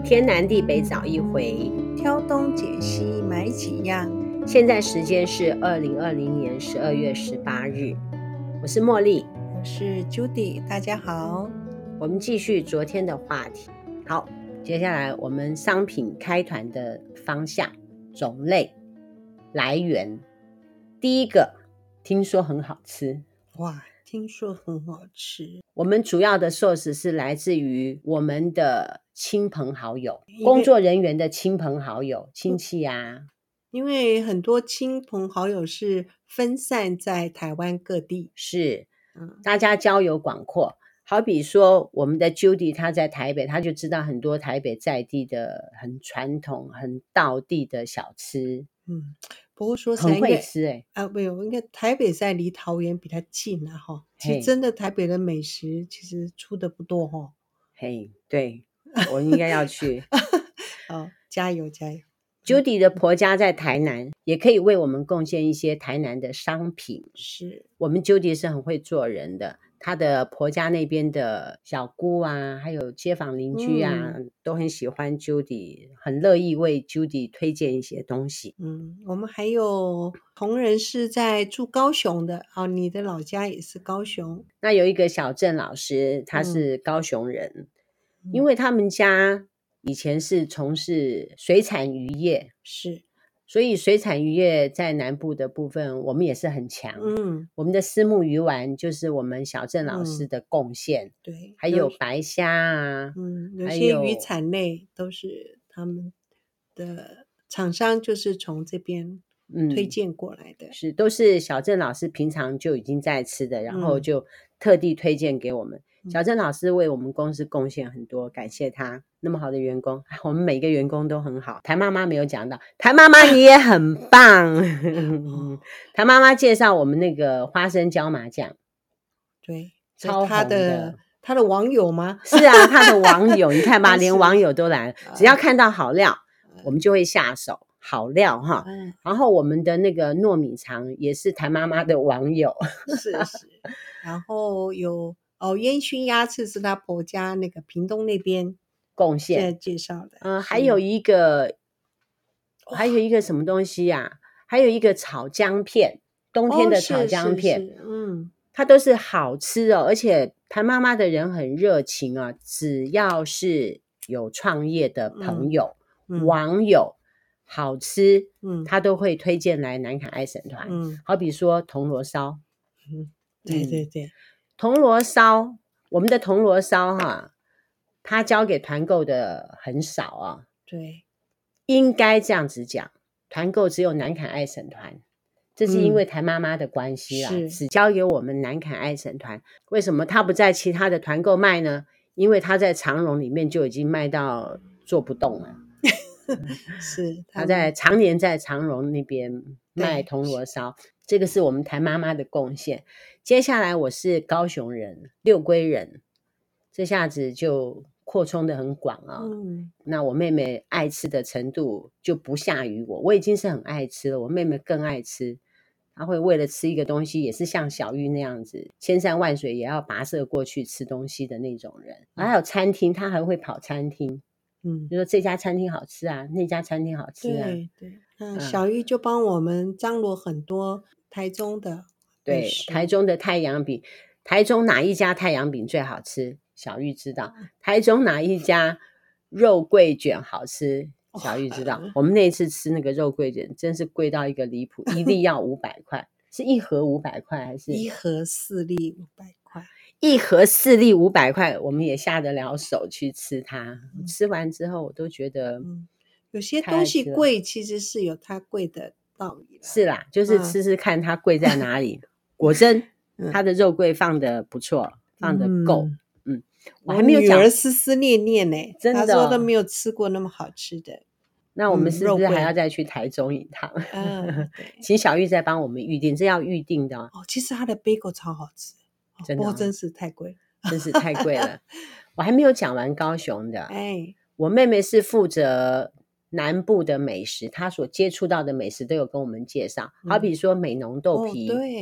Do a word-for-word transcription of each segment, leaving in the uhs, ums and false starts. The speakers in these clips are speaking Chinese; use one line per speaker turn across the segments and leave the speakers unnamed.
天南地北找一回，
挑东拣西买几样。
现在时间是二零二零年十二月十八日，我是茉莉，
我是 Judy， 大家好。
我们继续昨天的话题。好，接下来我们商品开团的方向、种类、来源。第一个，听说很好吃。
哇，听说很好吃。
我们主要的 source 是来自于我们的亲朋好友，工作人员的亲朋好友、亲戚啊。
因为很多亲朋好友是分散在台湾各地，
是，大家交友广阔。好比说我们的 Judy 她在台北，她就知道很多台北在地的很传统很道地的小吃。
嗯，不过说
很会吃哎、
欸、啊，没有，应该台北在离桃园比较近啊哈。其实真的台北的美食其实出的不多哈。
嘿，对，我应该要去。
好，加油加油。
Judy 的婆家在台南，也可以为我们贡献一些台南的商品。
是，
我们 Judy 是很会做人的，她的婆家那边的小姑啊，还有街坊邻居啊、嗯、都很喜欢 Judy， 很乐意为 Judy 推荐一些东西。
嗯，我们还有同仁是在住高雄的哦，你的老家也是高雄。
那有一个小郑老师，他是高雄人、
嗯、
因为他们家以前是从事水产渔业，
是，
所以水产渔业在南部的部分我们也是很强。
嗯，
我们的虱目鱼丸就是我们小郑老师的贡献、嗯、
对，
还有白虾啊，
嗯，有些渔产类都是他们的厂商就是从这边推荐过来的、
嗯、是都是小郑老师平常就已经在吃的，然后就特地推荐给我们、嗯、小郑老师为我们公司贡献很多，感谢他那么好的员工，我们每个员工都很好。谭妈妈没有讲到，谭妈妈你也很棒谭妈妈介绍我们那个花生椒麻酱，
对，
超红的，
他的网友吗？
是啊，他的网友你看吧连网友都来了，只要看到好料我们就会下手，好料哈、嗯。然后我们的那个糯米肠也是谭妈妈的网友，
是是。然后有哦，烟熏鸭翅是他婆家那个屏东那边
贡献
介绍的。
嗯、呃，还有一个还有一个什么东西啊？还有一个炒姜片，冬天的炒姜片，
哦、是是是嗯，
它都是好吃哦，而且谭妈妈的人很热情啊，只要是有创业的朋友。嗯嗯、网友好吃，嗯，他都会推荐来南崁爱省团，嗯，好比说铜锣烧，
嗯，对对对，嗯、
铜锣烧，我们的铜锣烧哈，他交给团购的很少啊，
对，
应该这样子讲，团购只有南崁爱省团，这是因为谭妈妈的关系啦、嗯，只交给我们南崁爱省团。为什么他不在其他的团购卖呢？因为他在长荣里面就已经卖到做不动了。
是
他在常年在长荣那边卖铜锣烧，这个是我们谭妈妈的贡献。接下来我是高雄人，六龟人，这下子就扩充的很广啊、哦嗯。那我妹妹爱吃的程度就不下于我，我已经是很爱吃了，我妹妹更爱吃。她会为了吃一个东西，也是像小玉那样子，千山万水也要跋涉过去吃东西的那种人。嗯、还有餐厅，她还会跑餐厅。嗯，就说这家餐厅好吃啊，那家餐厅好吃啊。
对对，嗯，小玉就帮我们张罗很多台中的，
对，台中的太阳饼，台中哪一家太阳饼最好吃？小玉知道。台中哪一家肉桂卷好吃？小玉知道。哦、我们那次吃那个肉桂卷，真是贵到一个离谱，一粒要五百块，是一盒五百块还是？
一盒四粒五百块。
一盒四粒五百块，我们也下得了手去吃它、嗯、吃完之后我都觉得、嗯、
有些东西贵其实是有它贵的道理，
是啦，就是吃吃看它贵在哪里、嗯、果真它的肉桂放得不错、嗯、放得够。嗯，
我还没有讲，我女儿思思念念呢，
真的、哦、
她说都没有吃过那么好吃的。
那我们是不是还要再去台中一趟、嗯、请小玉再帮我们预定，这要预定的 哦,
哦其实它的贝果超好吃，
真的、哦、
真是太贵
真是太贵了我还没有讲完高雄的。
哎，
我妹妹是负责南部的美食，她所接触到的美食都有跟我们介绍、嗯、好比说美浓豆皮、
哦、对，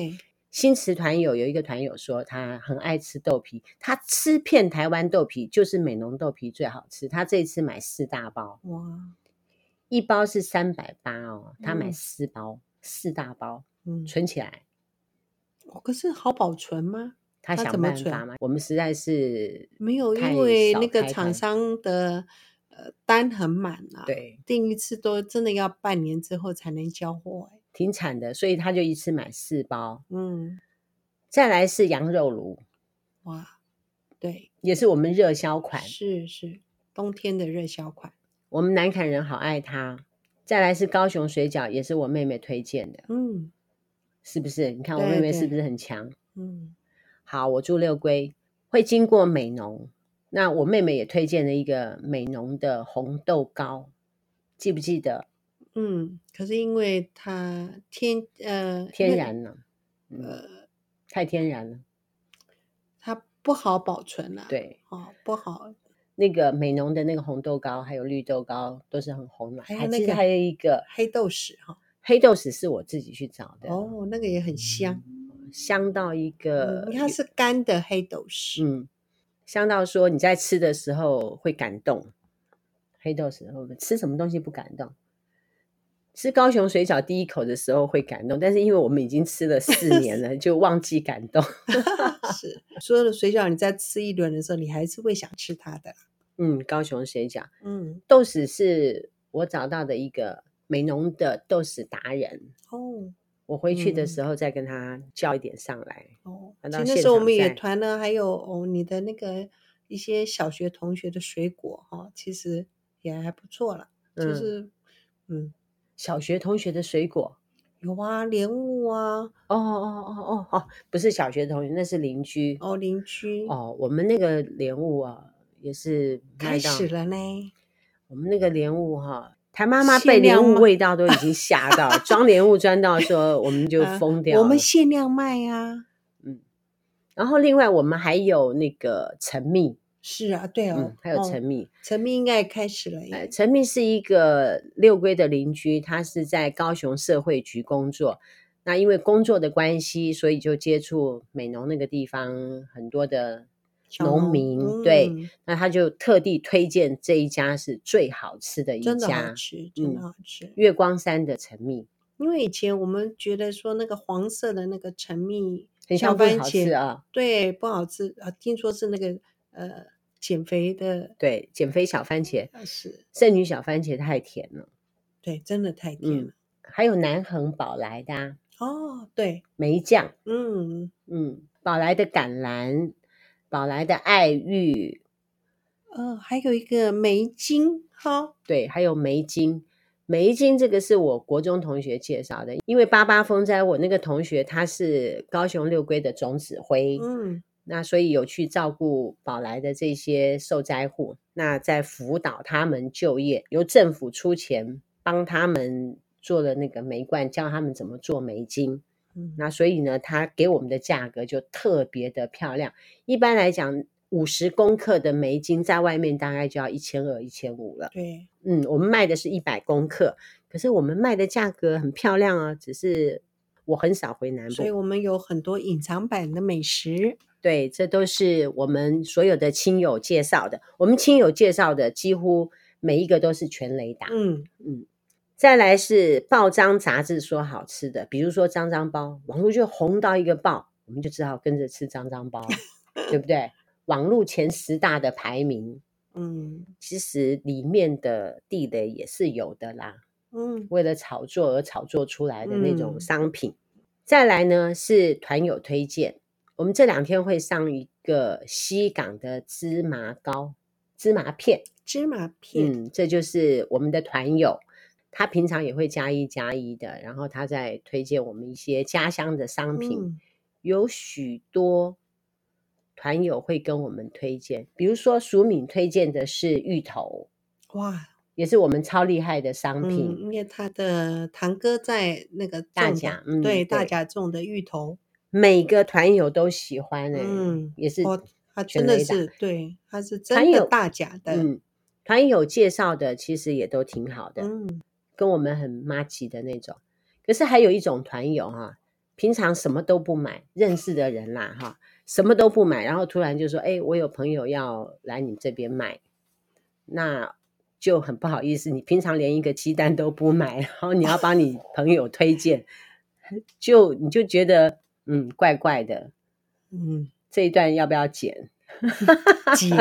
新池团友有一个团友说他很爱吃豆皮，他吃遍台湾豆皮就是美浓豆皮最好吃，他这一次买四大包，
哇，
一包是三百八哦，他买
嗯
四包，四大包，
嗯，
存起来。
哦可是好保存吗？
他想
他怎么存？
办法嘛，我们实在是
没有，因
太少
为那个
开团，
厂商的呃单很满啊，
对，
订一次都真的要半年之后才能交货哎。
挺惨的，所以他就一次买四包。
嗯，
再来是羊肉炉，
哇，对，
也是我们热销款，
是是冬天的热销款。
我们南崁人好爱它。再来是高雄水饺，也是我妹妹推荐的，
嗯，
是不是？你看我
对对，
妹妹是不是很强？
嗯，
好，我住六龟，会经过美浓，那我妹妹也推荐了一个美浓的红豆糕，记不记得？
嗯，可是因为它天呃那
天然了，嗯，
呃
太天然了。
它不好保存啊，
对，
哦不好，
那个美浓的那个红豆糕，还有绿豆糕都是很红的。
还有那个
还其实还有一个
黑豆豉哈，
黑豆豉是我自己去找的，
哦那个也很香，
香到一
嗯，
个，
它是干的黑豆豉，
嗯，香到说你在吃的时候会感动。黑豆豉，我们吃什么东西不感动？吃高雄水饺第一口的时候会感动，但是因为我们已经吃了四年了，就忘记感动。
是所有的水饺，你在吃一轮的时候，你还是会想吃它的。
嗯，高雄水饺，
嗯，
豆豉是我找到的一个美浓的豆豉达人。
哦
我回去的
嗯
时候再跟他叫一点上来。
哦，
拿到
其实那时候我们也
现场再
团了，还有哦你的那个一些小学同学的水果哈、哦，其实也还不错了。就
嗯，
是嗯，
小学同学的水果。
有啊，莲雾啊，
哦哦哦哦哦，不是小学同学，那是邻居。
哦邻居
哦，我们那个莲雾啊，也是
开
卖到
始了呢，
我们那个莲雾哈、台妈妈被
限量吗？
莲雾味道都已经吓到，装莲雾装到说我们就
啊，我们
疯掉了。
限量卖啊。
嗯，然后另外我们还有那个陈蜜，
是啊，对哦
嗯，，还有
哦
陈蜜。
陈蜜应该也开始了
呃，
耶。
陈蜜是一个六龟的邻居，他是在高雄社会局工作。那因为工作的关系，所以就接触美浓那个地方很多的
小农
农民，对，
嗯，
那他就特地推荐这一家是最好吃的一
真的好
家，
吃，真的
嗯，
好吃。
月光山的陈蜜，
因为以前我们觉得说那个黄色的那个陈蜜小
很像不
番茄，
好吃啊。
对，不好吃啊。听说是那个呃减肥的，
对，减肥小番茄，
呃是，
剩女小番茄太甜了，
对，真的太甜
嗯
了。，
还有南恒宝来的、啊、
哦，对，
梅酱，
嗯，
嗯，宝来的橄榄，宝来的爱玉，
呃，还有一个梅精，哈，
对，还有梅精。梅精这个是我国中同学介绍的，因为八八风灾，我那个同学他是高雄六龟的总指挥，
嗯
那所以有去照顾宝来的这些受灾户，那在辅导他们就业，由政府出钱帮他们做了那个梅罐，教他们怎么做梅精。
嗯，
那所以呢，他给我们的价格就特别的漂亮。一般来讲，五十公克的梅精在外面大概就要一千二、一千五了。
对，
嗯，我们卖的是一百公克，可是我们卖的价格很漂亮啊，只是我很少回南部。
所以我们有很多隐藏版的美食。
对，这都是我们所有的亲友介绍的。我们亲友介绍的几乎每一个都是全雷达。
嗯，
嗯，再来是报章杂志说好吃的，比如说脏脏包，网络就红到一个爆，我们就只好跟着吃脏脏包，对不对？网络前十大的排名，
嗯
其实里面的地雷也是有的啦，
嗯
为了炒作而炒作出来的那种
嗯
商品。再来呢是团友推荐，我们这两天会上一个西港的芝麻糕、芝麻片，
芝麻片，
嗯，这就是我们的团友，他平常也会加一加一的，然后他在推荐我们一些家乡的商品，
嗯
有许多团友会跟我们推荐，比如说淑敏推荐的是芋头，
哇，
也是我们超厉害的商品，
嗯，因为他的堂哥在那个种
大甲
的，
嗯
对，大
对
甲种的芋头，
每个团友都喜欢哎、
嗯，
也是
哦，他
全雷达。
真的是，对，他是
团友
真的大甲的，
嗯，团友介绍的其实也都挺好的，
嗯
跟我们很默契的那种。可是还有一种团友哈、 平常什么都不买，认识的人啦哈，什么都不买，然后突然就说，哎，我有朋友要来你这边卖，那就很不好意思，你平常连一个鸡蛋都不买，然后你要帮你朋友推荐，就你就觉得嗯怪怪的，嗯，这一段要不要剪？
剪，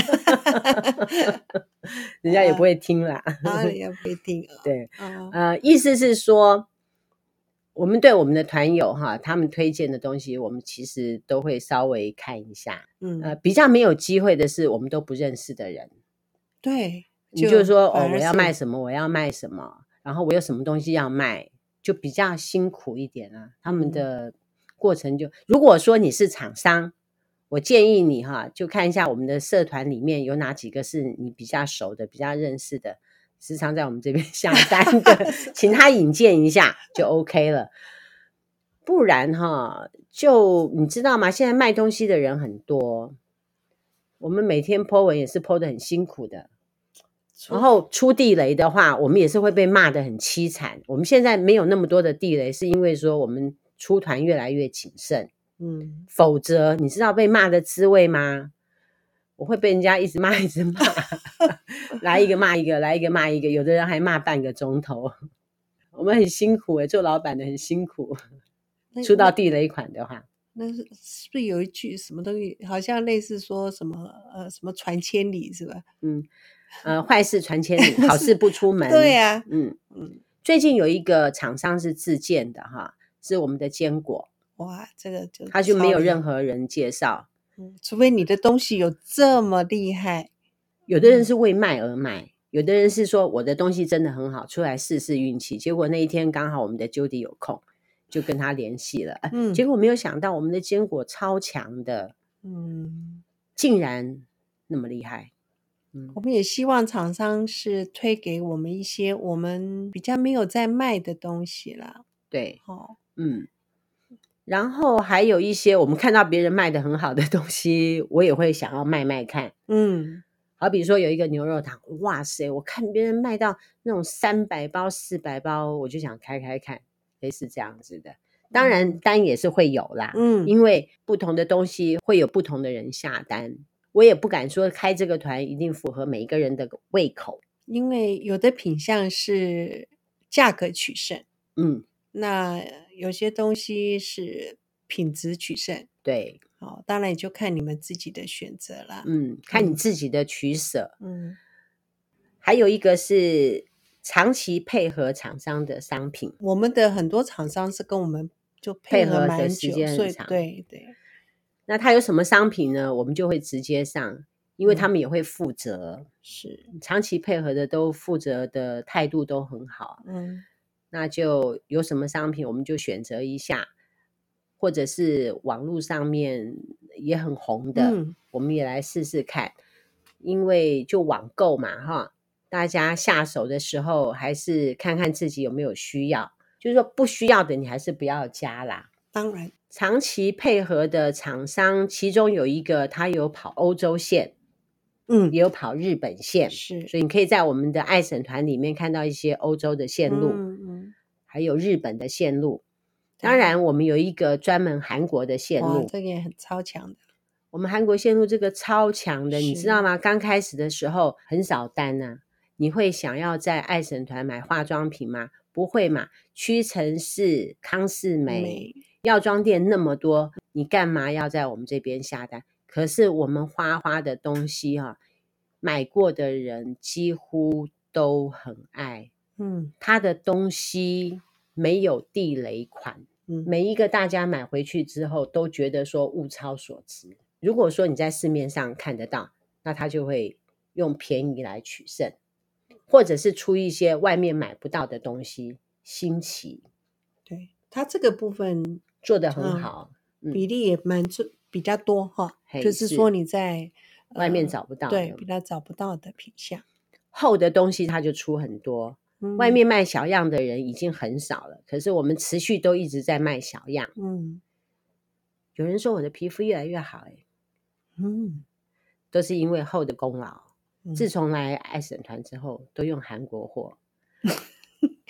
人家也不会听啦。
啊，人家不会听啊。
对，
啊，
呃，意思是说，我们对我们的团友哈，他们推荐的东西，我们其实都会稍微看一下。嗯，呃，比较没有机会的是，我们都不认识的人。
对，
你就说哦，我
是
要卖什么，我要卖什么，然后我有什么东西要卖，就比较辛苦一点啊。他们的过程就，如果说你是厂商，我建议你哈，就看一下我们的社团里面有哪几个是你比较熟的、比较认识的，时常在我们这边下单的，请他引荐一下就 OK 了。不然哈，就你知道吗？现在卖东西的人很多，我们每天 po 文也是 po 得很辛苦的。然后出地雷的话，我们也是会被骂得很凄惨。我们现在没有那么多的地雷，是因为说我们出团越来越谨慎。嗯，否则你知道被骂的滋味吗？我会被人家一直骂一直骂，来一个骂一个，来一个骂一个，有的人还骂半个钟头。我们很辛苦诶、欸、做老板的很辛苦。出到地雷款的话，
那是是不是有一句什么东西，好像类似说什么呃什么传千里是吧？
嗯，呃，坏事传千里，好事不出门。
对呀、啊，
嗯嗯。最近有一个厂商是自荐的哈，是我们的坚果。
哇，这个就
他就没有任何人介绍。
嗯，除非你的东西有这么厉害。
有的人是为卖而卖，有的人是说我的东西真的很好，出来试试运气。结果那一天刚好我们的 Judy 有空，就跟他联系了。嗯，结果没有想到我们的坚果超强的，嗯，竟然那么厉害。
嗯，我们也希望厂商是推给我们一些我们比较没有在卖的东西啦。
对，哦，嗯。然后还有一些我们看到别人卖的很好的东西，我也会想要卖卖看。嗯，好比说有一个牛肉汤，哇塞，我看别人卖到那种三百包、四百包，我就想开开看，类似这样子的。当然单也是会有啦，嗯，因为不同的东西会有不同的人下单，我也不敢说开这个团一定符合每一个人的胃口，
因为有的品项是价格取胜，嗯。那有些东西是品质取胜，
对，
哦，当然也就看你们自己的选择啦。
嗯，看你自己的取舍。嗯，还有一个是长期配合厂商的商品，
我们的很多厂商是跟我们就
配
合
的时间很长，
对对。
那他有什么商品呢？我们就会直接上，因为他们也会负责，嗯、
是
长期配合的都负责的态度都很好。嗯。那就有什么商品我们就选择一下，或者是网络上面也很红的，嗯、我们也来试试看。因为就网购嘛哈，大家下手的时候还是看看自己有没有需要，就是说不需要的你还是不要加啦。
当然，
长期配合的厂商，其中有一个他有跑欧洲线，嗯，也有跑日本线，
是，
所以你可以在我们的爱省团里面看到一些欧洲的线路，嗯嗯，还有日本的线路。当然，我们有一个专门韩国的线路，
这个也很超强的。
我们韩国线路这个超强的，你知道吗？刚开始的时候很少单啊，你会想要在爱省团买化妆品吗？不会嘛。屈臣氏、康是美、药妆店那么多，你干嘛要在我们这边下单？可是我们花花的东西哈、啊，买过的人几乎都很爱。嗯，他的东西没有地雷款，嗯，每一个大家买回去之后都觉得说物超所值。如果说你在市面上看得到，那他就会用便宜来取胜，或者是出一些外面买不到的东西，新奇。
对，他这个部分
做得很好，
嗯、比例也蛮比较多哈，就是说你在
外面找不到的、
呃，对，比较找不到的品项。
厚的东西它就出很多、嗯、外面卖小样的人已经很少了，可是我们持续都一直在卖小样。嗯，有人说我的皮肤越来越好、欸、嗯，都是因为厚的功劳、嗯、自从来爱省团之后都用韩国货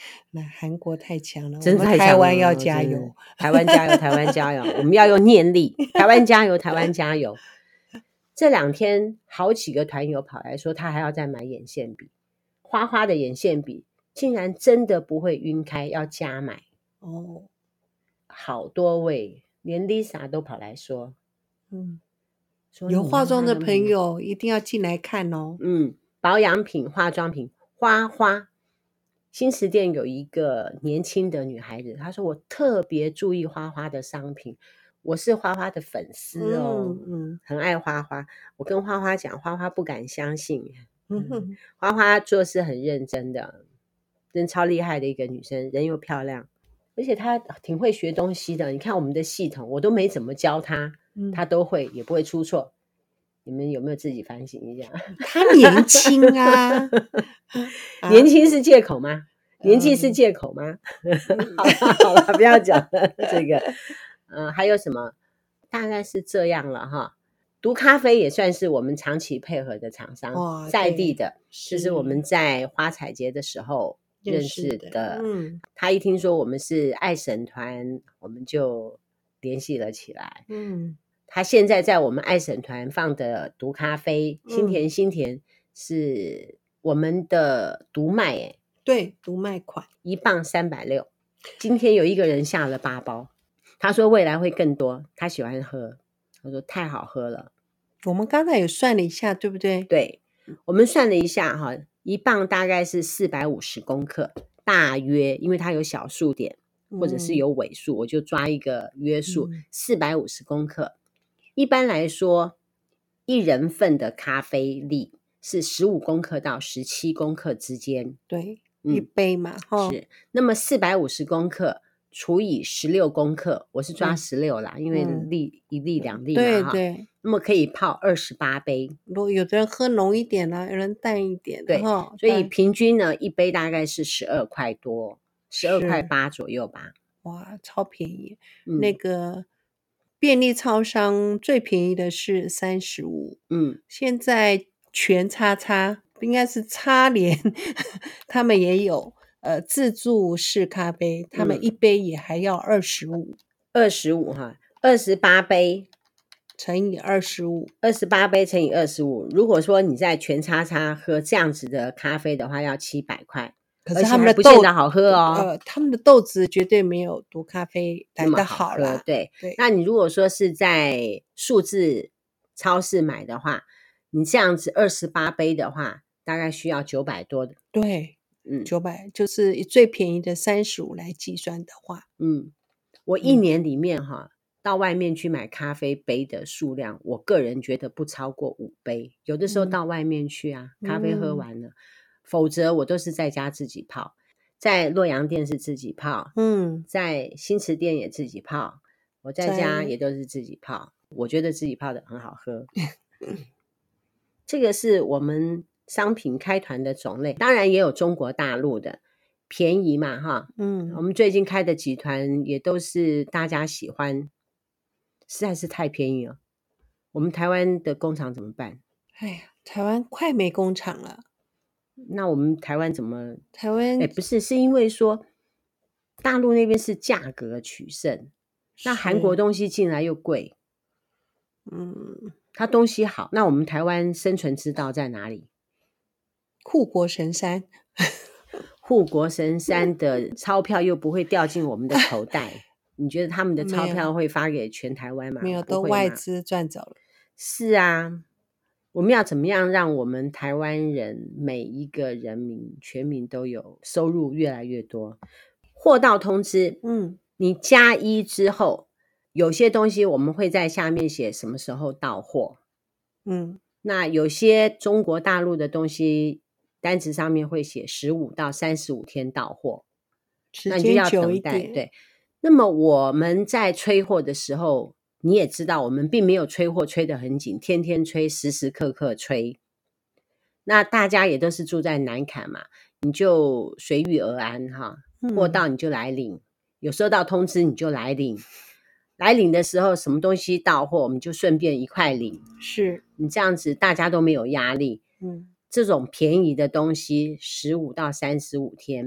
那韩国太强了，
真
我们台湾要加油，
台湾加油，台湾加油，我们要用念力，台湾加油，台湾加油。这两天好几个团友跑来说，他还要再买眼线笔，花花的眼线笔竟然真的不会晕开，要加买
哦。
好多位，连 Lisa 都跑来说，
嗯，说有化妆的朋友一定要进来看哦。
嗯，保养品、化妆品，花花。新池店有一个年轻的女孩子，她说我特别注意花花的商品，我是花花的粉丝哦，嗯嗯，很爱花花。我跟花花讲，花花不敢相信，嗯、花花做事很认真的，真超厉害的一个女生，人又漂亮，而且她挺会学东西的。你看我们的系统，我都没怎么教她，嗯、她都会，也不会出错。你们有没有自己反省一下？
她年轻啊。
年轻是借口吗？年纪是借口吗？嗯、好了好了，不要讲了这个。呃，还有什么？大概是这样了哈。读咖啡也算是我们长期配合的厂商，在地的，就是我们在花彩节的时候认识的。的嗯，他一听说我们是爱审团，我们就联系了起来。嗯，他现在在我们爱审团放的毒咖啡，新田新田是我们的独卖诶，
对，独卖款，
一磅三百六。今天有一个人下了八包，他说未来会更多，他喜欢喝，他说太好喝了。
我们刚才有算了一下，对不对？
对，我们算了一下哈，一磅大概是四百五十公克，大约，因为它有小数点或者是有尾数，嗯、我就抓一个约数，四百五十公克。一般来说，一人份的咖啡粒是十五公克到十七公克之间。
对，嗯、一杯嘛，哈。
是，那么四百五十公克除以十六公克，我是抓十六啦，嗯、因为粒、嗯、一粒两粒嘛，
对对。
那么可以泡二十八杯。
有的人喝浓一点啦，有人淡一点。
对，所以平均呢，一杯大概是十二块多，十二块八左右吧。
哇，超便宜！嗯、那个。便利超商最便宜的是三十五，嗯，现在全叉叉应该是叉联，他们也有呃自助式咖啡，他们一杯也还要二十五，
二十五哈，二十八杯
乘以二十五，
二十八杯乘以二十五。如果说你在全叉叉喝这样子的咖啡的话，要七百块。
可是他们的
不见得好喝哦，
呃，他们的豆子绝对没有毒咖啡来的好啦。
对对，那你如果说是在数字超市买的话，你这样子二十八杯的话，大概需要九百多的。
对，嗯，九百就是最便宜的三十五来计算的话，
嗯，我一年里面哈、嗯，到外面去买咖啡杯的数量，我个人觉得不超过五杯，有的时候到外面去啊，嗯、咖啡喝完了。嗯，否则我都是在家自己泡，在洛阳店是自己泡，嗯，在新池店也自己泡，我在家也都是自己泡，我觉得自己泡的很好喝。这个是我们商品开团的种类，当然也有中国大陆的，便宜嘛哈，嗯，我们最近开的几团也都是大家喜欢，实在是太便宜了。我们台湾的工厂怎么办？
哎呀，台湾快没工厂了。
那我们台湾怎么？
台湾
哎，不是，是因为说大陆那边是价格取胜，那韩国东西进来又贵，嗯，它东西好，那我们台湾生存之道在哪里？
护国神山，
护国神山的钞票又不会掉进我们的口袋，你觉得他们的钞票会发给全台湾吗？
没有，都外资赚走了。
是啊。我们要怎么样让我们台湾人每一个人民全民都有收入越来越多？货到通知，嗯，你加一之后，有些东西我们会在下面写什么时候到货，嗯，那有些中国大陆的东西单子上面会写十五到三十五天到货，
那你就要等待。
对，那么我们在催货的时候。你也知道我们并没有催货催得很紧，天天催，时时刻刻催。那大家也都是住在南崁嘛，你就随遇而安哈，货到你就来领，有收到通知你就来领，来领的时候什么东西到货我们就顺便一块领，
是
你这样子大家都没有压力。嗯，这种便宜的东西十五到三十五天，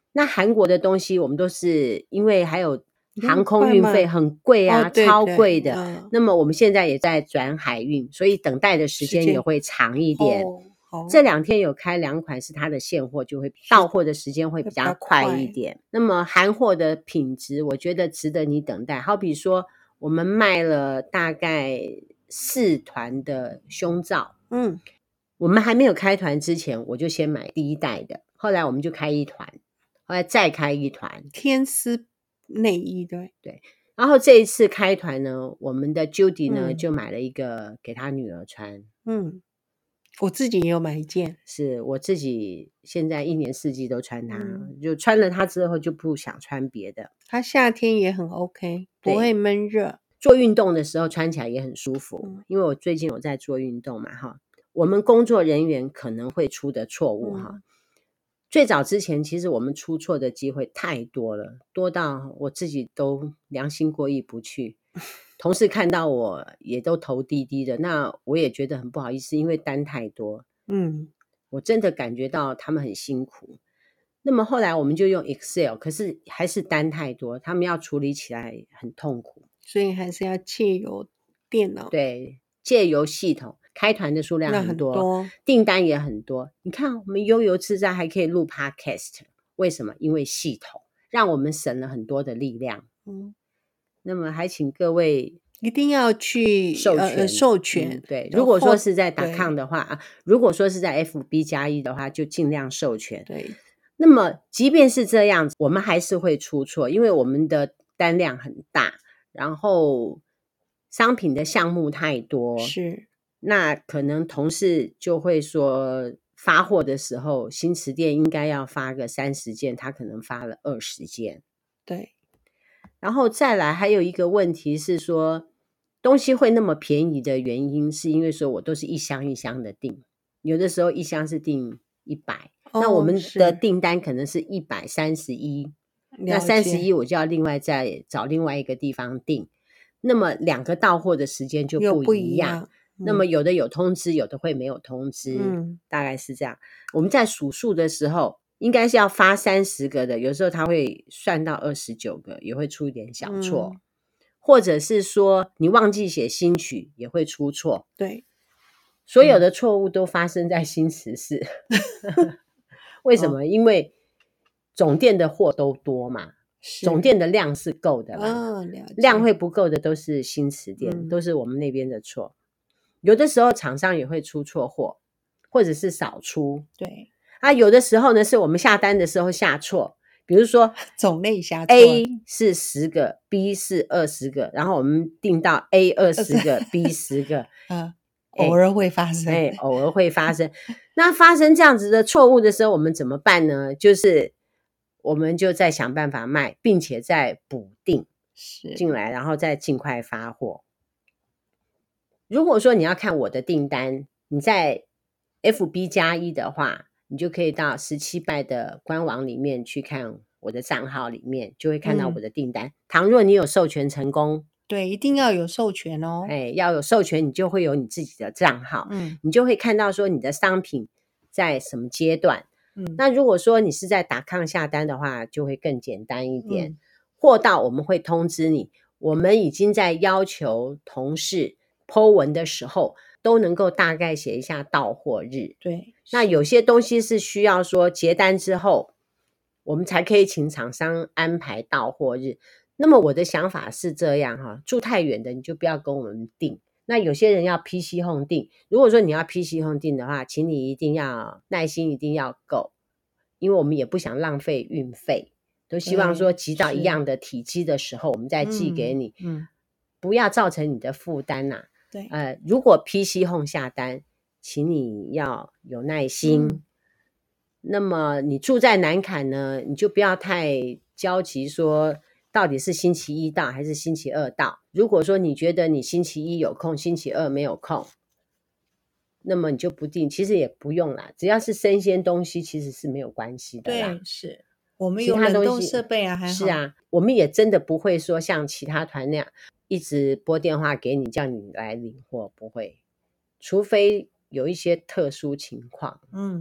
那韩国的东西我们都是因为还有航空运费很贵啊、
哦、对对
超贵的、
嗯、
那么我们现在也在转海运，所以等待的时间也会长一点、
哦、
这两天有开两款是它的现货，就会到货的时间会比较快一点。那么韩货的品质我觉得值得你等待，好比说我们卖了大概四团的胸罩，
嗯，
我们还没有开团之前我就先买第一代的，后来我们就开一团，后来再开一团
天丝内衣，对
对。然后这一次开团呢，我们的 Judy 呢、嗯、就买了一个给她女儿穿。
嗯，我自己也有买一件，
是我自己现在一年四季都穿它、嗯、就穿了它之后就不想穿别的。
它夏天也很 OK， 不会闷热，
做运动的时候穿起来也很舒服、嗯、因为我最近有在做运动嘛哈。我们工作人员可能会出的错误哈、嗯，最早之前其实我们出错的机会太多了，多到我自己都良心过意不去，同事看到我也都头低低的，那我也觉得很不好意思，因为单太多，
嗯，
我真的感觉到他们很辛苦。那么后来我们就用 Excel， 可是还是单太多，他们要处理起来很痛苦，
所以还是要借由电脑，
对，借由系统。开团的数量很 多,
很多
订单也很多，你看我们悠游自在还可以录 podcast， 为什么？因为系统让我们省了很多的力量。嗯，那么还请各位
一定要去
授权、
呃、授权、
嗯、对，如果说是在打抗的话、啊、如果说是在 F B 加一的话就尽量授权。
对，
那么即便是这样我们还是会出错，因为我们的单量很大，然后商品的项目太多，
是，
那可能同事就会说发货的时候新池店应该要发个三十件，他可能发了二十件。
对，
然后再来还有一个问题是说东西会那么便宜的原因是因为说我都是一箱一箱的订，有的时候一箱是订一百、哦、那我们的订单可能是一百三十一，那三十一我就要另外再找另外一个地方订，那么两个到货的时间就不一样，那么有的有通知，有的会没有通知、嗯、大概是这样。我们在数数的时候应该是要发三十个的，有时候他会算到二十九个，也会出一点小错、嗯、或者是说你忘记写新曲也会出错。
对，
所有的错误都发生在新词事、嗯、为什么、哦、因为总店的货都多嘛，总店的量是够的啦、
哦、
量会不够的都是新词店、嗯、都是我们那边的错。有的时候厂商也会出错货，或者是少出。
对
啊，有的时候呢是我们下单的时候下错，比如说
种类下错
A 是十个 B 是二十个，然后我们订到 A 二十个B 十个
啊，偶尔会发生、
欸、偶尔会发生那发生这样子的错误的时候我们怎么办呢？就是我们就再想办法卖，并且再补订进来，然后再尽快发货。如果说你要看我的订单，你在 F B 加一的话，你就可以到十七拜的官网里面去看我的账号里面，就会看到我的订单、嗯、倘若你有授权成功，
对，一定要有授权哦，
哎，要有授权你就会有你自己的账号、嗯、你就会看到说你的商品在什么阶段、嗯、那如果说你是在打抗下单的话就会更简单一点、嗯、货到我们会通知你，我们已经在要求同事 po 文的时候都能够大概写一下到货日。
对，
那有些东西是需要说结单之后我们才可以请厂商安排到货日。那么我的想法是这样哈，住太远的你就不要跟我们订，那有些人要 P C Home 订，如果说你要 P C Home 订的话，请你一定要耐心一定要够，因为我们也不想浪费运费，都希望说集到一样的体积的时候我们再寄给你、嗯嗯、不要造成你的负担啊。
对，
呃，如果 P C Home 下单请你要有耐心、嗯、那么你住在南崁呢你就不要太焦急说到底是星期一到还是星期二到，如果说你觉得你星期一有空星期二没有空，那么你就不订，其实也不用啦，只要是生鲜东西其实是没有关系的啦。
对，是我们有冷冻设备啊，还好。
是啊，我们也真的不会说像其他团那样一直拨电话给你叫你来领货，不会，除非有一些特殊情况。
嗯，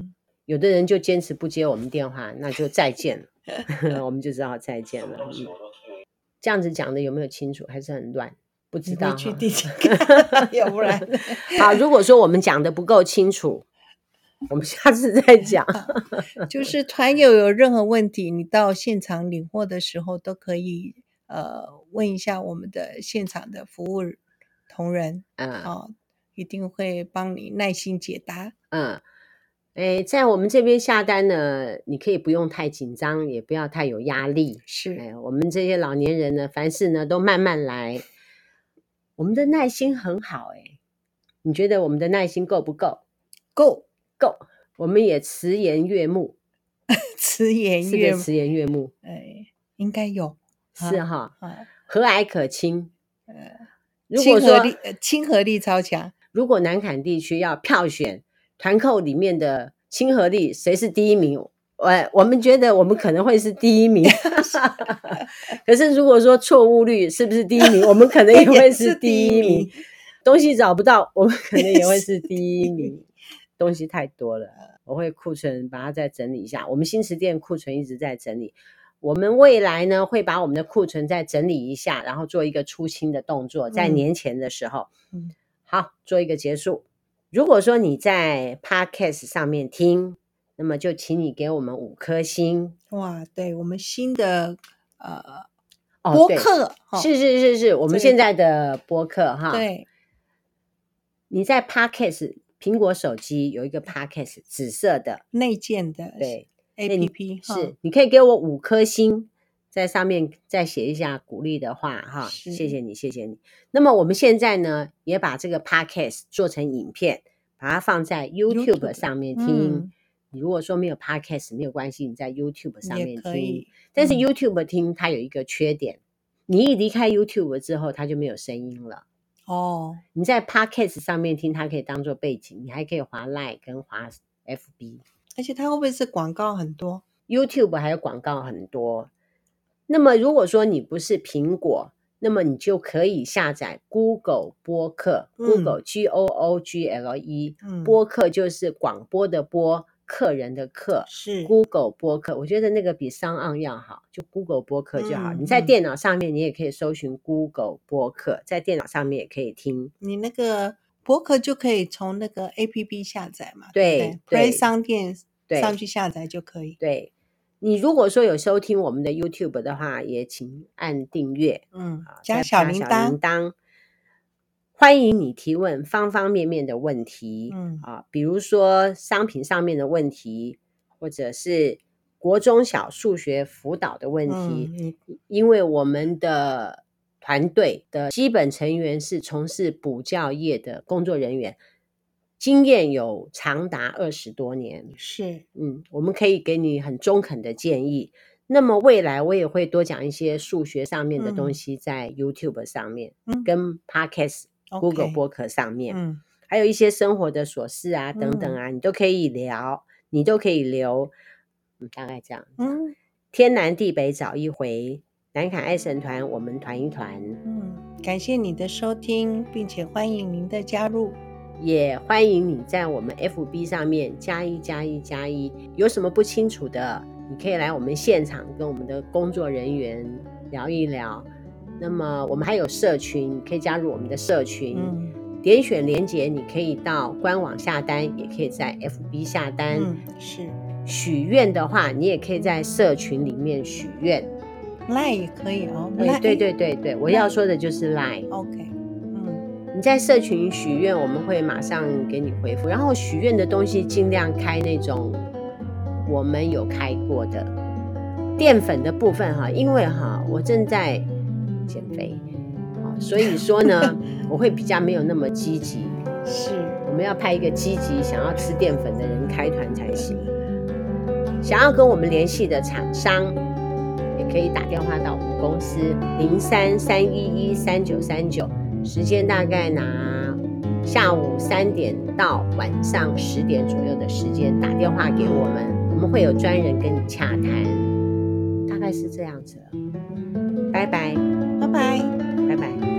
有的人就坚持不接我们电话，那就再见了我们就知道再见了、嗯、这样子讲的有没有清楚？还是很乱？不知道，
去第几要不然
好，如果说我们讲的不够清楚，我们下次再讲
就是团友有任何问题，你到现场领货的时候都可以呃问一下我们的现场的服务同仁，嗯、哦，一定会帮你耐心解答。
嗯，诶，在我们这边下单呢，你可以不用太紧张，也不要太有压力。
是，
诶，我们这些老年人呢，凡事呢都慢慢来，我们的耐心很好。诶，你觉得我们的耐心够不够？
够
够，我们也慈颜悦目
慈颜悦目，
是不是慈颜悦目？
诶，应该有，
是哈，
啊、
和蔼可亲。
呃，
如果说
亲和力，亲和力超强。
如果南崁地区要票选团购里面的亲和力谁是第一名，我我们觉得我们可能会是第一名可是如果说错误率是不是第一名，我们可能也会是第一名东西找不到，我们可能也会是第一名东西太多了，我会库存把它再整理一下，我们新池店库存一直在整理，我们未来呢会把我们的库存再整理一下，然后做一个出清的动作，在年前的时候、嗯、好，做一个结束。如果说你在 Podcast 上面听，那么就请你给我们五颗星。
哇，对，我们新的呃、哦、播客、
哦、是是是是，我们现在的播客哈。
对，
你在 Podcast 苹果手机有一个 Podcast 紫色的
内建的
对
A P P
是，你可以给我五颗星，在上面再写一下鼓励的话哈，谢谢你谢谢你。那么我们现在呢也把这个 Podcast 做成影片，把它放在 YouTube, YouTube 上面听、嗯、你如果说没有 Podcast 没有关系，你在 YouTube 上面听，但是 YouTube 听它有一个缺点、嗯、你一离开 YouTube 之后它就没有声音了哦。你在 Podcast 上面听它可以当做背景，你还可以滑 Line 跟滑 F B，
而且它会不会是广告很多？
YouTube 还有广告很多。那么如果说你不是苹果，那么你就可以下载 Google 播客、嗯、Google G O O G L E、嗯、播客就是广播的播，客人的客，
是
Google 播客，我觉得那个比商岸要好，就 Google 播客就好、嗯、你在电脑上面你也可以搜寻 Google 播客，在电脑上面也可以听，
你那个播客就可以从那个 A P P 下载嘛，
对
对 Play 商店上去下载就可以。
对，你如果说有收听我们的 YouTube 的话，也请按订阅，
嗯，加小铃铛，
欢迎你提问方方面面的问题，嗯啊，比如说商品上面的问题，或者是国中小数学辅导的问题，嗯、因为我们的团队的基本成员是从事补教业的工作人员，经验有长达二十多年，
是，
嗯，我们可以给你很中肯的建议。那么未来我也会多讲一些数学上面的东西在 YouTube 上面，嗯、跟 Podcast、Google、okay. 播客上面，嗯，还有一些生活的琐事啊、嗯、等等啊，你都可以聊，你都可以留，嗯，大概这样，嗯，天南地北找一回，南崁爱神团我们团一团，
嗯，感谢你的收听，并且欢迎您的加入。
也欢迎你在我们 F B 上面加一加一加一，有什么不清楚的，你可以来我们现场跟我们的工作人员聊一聊。那么我们还有社群，你可以加入我们的社群，嗯、点选连结，你可以到官网下单，也可以在 F B 下单。
嗯，是。
许愿的话，你也可以在社群里面许愿。
Line 也可以哦。
对对对对对，我要说的就是 Line。OK。你在社群许愿，我们会马上给你回复，然后许愿的东西尽量开那种我们有开过的。淀粉的部分哈，因为哈我正在减肥，所以说呢我会比较没有那么积极，
是
我们要派一个积极想要吃淀粉的人开团才行。想要跟我们联系的厂商也可以打电话到我们公司零三三一一三九三九，时间大概拿下午三点到晚上十点左右的时间打电话给我们，我们会有专人跟你洽谈，大概是这样子了。拜拜，
拜拜，
拜拜。